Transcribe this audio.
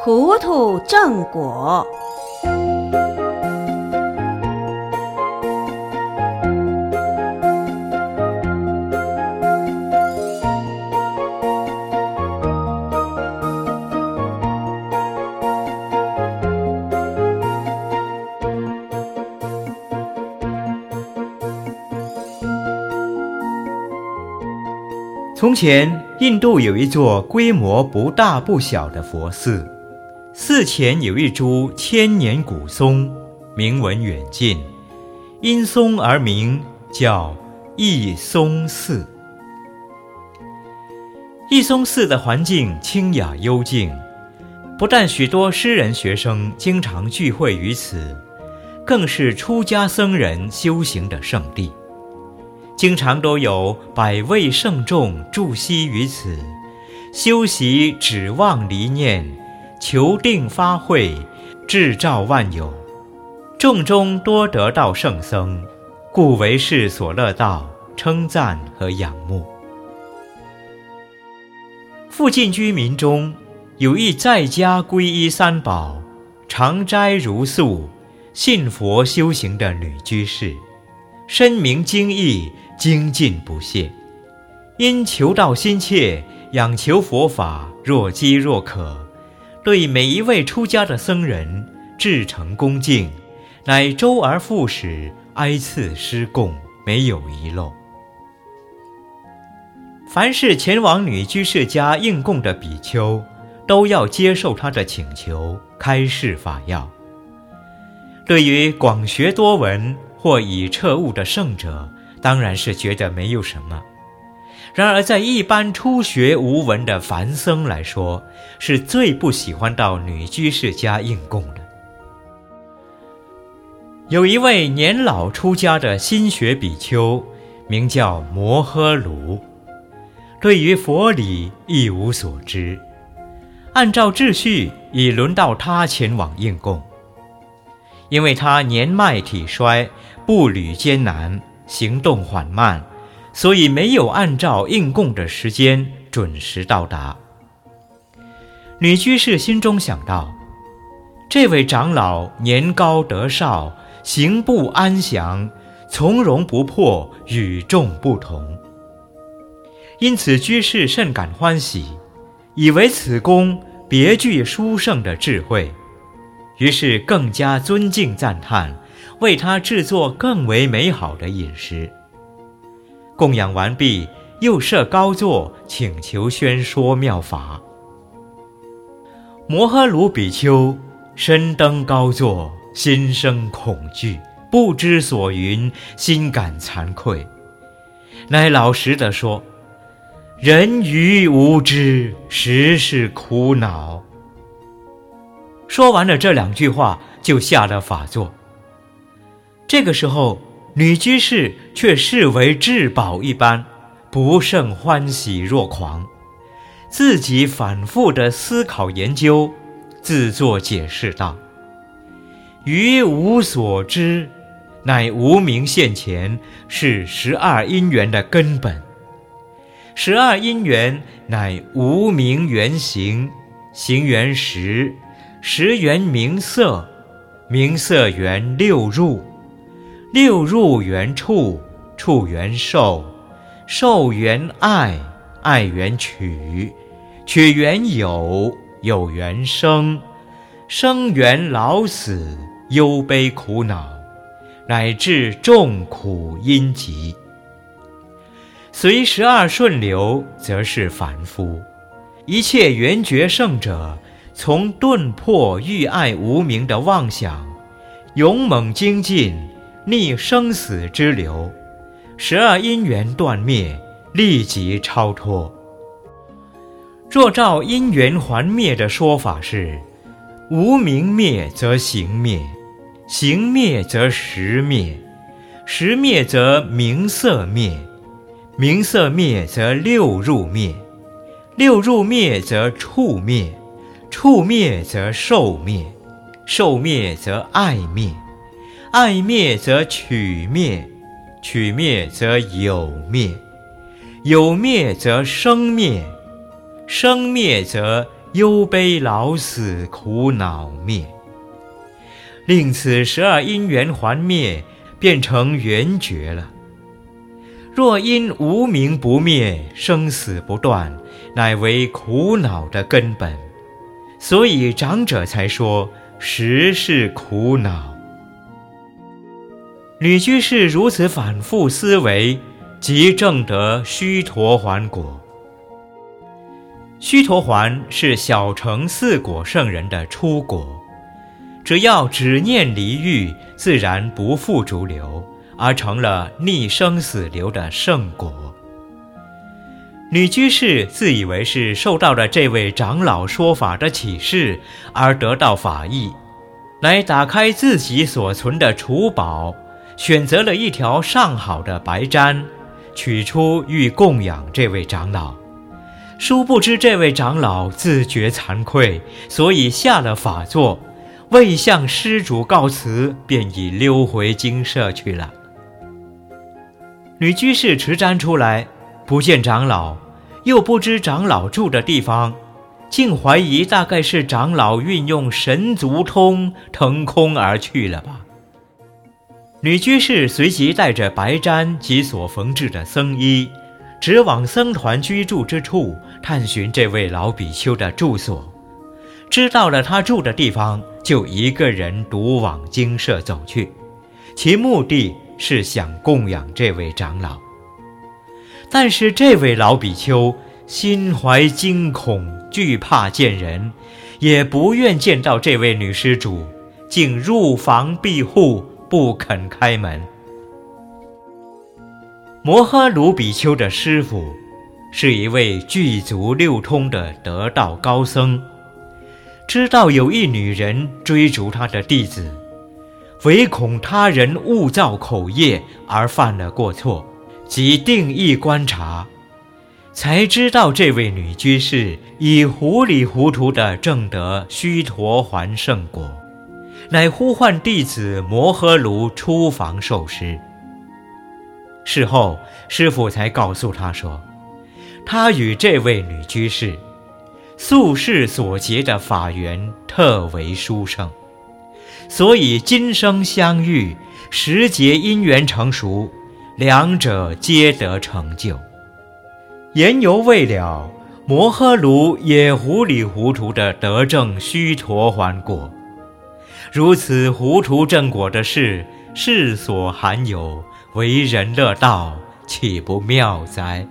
糊涂正果。 从前，印度有一座规模不大不小的佛寺，寺前有一株千年古松，名闻远近，因松而名，叫一松寺。一松寺的环境清雅幽静，不但许多诗人学生经常聚会于此，更是出家僧人修行的圣地。经常都有100位圣众驻息于此，修习指望离念，求定发慧，智照万有。众中多得道圣僧，故为世所乐道，称赞和仰慕。附近居民中有一在家皈依三宝、常斋如素、信佛修行的女居士，深明经义，精进不懈，因求道心切，仰求佛法若饥若渴，对每一位出家的僧人至诚恭敬，乃周而复始，挨次施供，没有遗漏。凡是前往女居士家应供的比丘，都要接受她的请求，开示法要。对于广学多闻或已彻悟的圣者，当然是觉得没有什么。然而在一般初学无闻的凡僧来说，是最不喜欢到女居士家应供的。有一位年老出家的新学比丘，名叫摩诃卢，对于佛理一无所知，按照秩序已轮到他前往应供。因为他年迈体衰，步履艰难，行动缓慢，所以没有按照应供的时间准时到达。女居士心中想到，这位长老年高德少，行步安详，从容不迫，与众不同。因此居士甚感欢喜，以为此公别具殊胜的智慧，于是更加尊敬赞叹，为他制作更为美好的饮食。供养完毕，又设高座，请求宣说妙法。摩诃卢比丘身登高座，心生恐惧，不知所云，心感惭愧，乃老实地说：人愚无知，实是苦恼。说完了这2句话，就下了法座。这个时候，女居士却视为至宝一般，不胜欢喜若狂，自己反复地思考研究，自作解释道：于无所知，乃无明现前，是12因缘的根本。12因缘乃无明缘行，行缘识，识缘名色，名色缘六入，六入缘触，触缘受，受缘爱，爱缘取，取缘有，有缘生，生缘老死，忧悲苦恼，乃至众苦因集。随12顺流，则是凡夫。一切缘觉圣者，从顿破欲爱无明的妄想，勇猛精进，逆生死之流，12因缘断灭，立即超脱。若照因缘还灭的说法是：无明灭则行灭，行灭则识灭，识灭则名色灭，名色灭则六入灭，六入灭则触灭，触灭则受灭，受灭则爱灭，爱灭则取灭，取灭则有灭，有灭则生灭，生灭则忧悲老死苦恼灭。令此12因缘还灭，变成圆觉了。若因无明不灭，生死不断，乃为苦恼的根本。所以长者才说实是苦恼。女居士如此反复思维，即证得须陀洹果。须陀洹是小乘四果圣人的初果，只要只念离欲，自然不复逐流，而成了逆生死流的圣果。女居士自以为是受到了这位长老说法的启示，而得到法益，来打开自己所存的储宝，选择了一条上好的白毡，取出欲供养这位长老。殊不知这位长老自觉惭愧，所以下了法座，未向施主告辞，便已溜回精舍去了。女居士持毡出来，不见长老，又不知长老住的地方，竟怀疑大概是长老运用神足通腾空而去了吧。女居士随即带着白毡及所缝制的僧衣，直往僧团居住之处探寻这位老比丘的住所。知道了他住的地方，就一个人独往精舍走去，其目的是想供养这位长老。但是这位老比丘心怀惊恐，惧怕见人，也不愿见到这位女施主，竟入房闭户，不肯开门。摩诃卢比丘的师父是一位具足六通的得道高僧，知道有一女人追逐他的弟子，唯恐他人误造口业而犯了过错，即定意观察，才知道这位女居士已糊里糊涂地证得须陀洹圣果，乃呼唤弟子摩诃卢出房受师。事后师父才告诉他说，他与这位女居士宿世所结的法缘特为殊胜，所以今生相遇，时节因缘成熟，两者皆得成就。言犹未了，摩诃卢也糊里糊涂地得证须陀洹果。如此糊涂正果的事，世所罕有，为人乐道，岂不妙哉？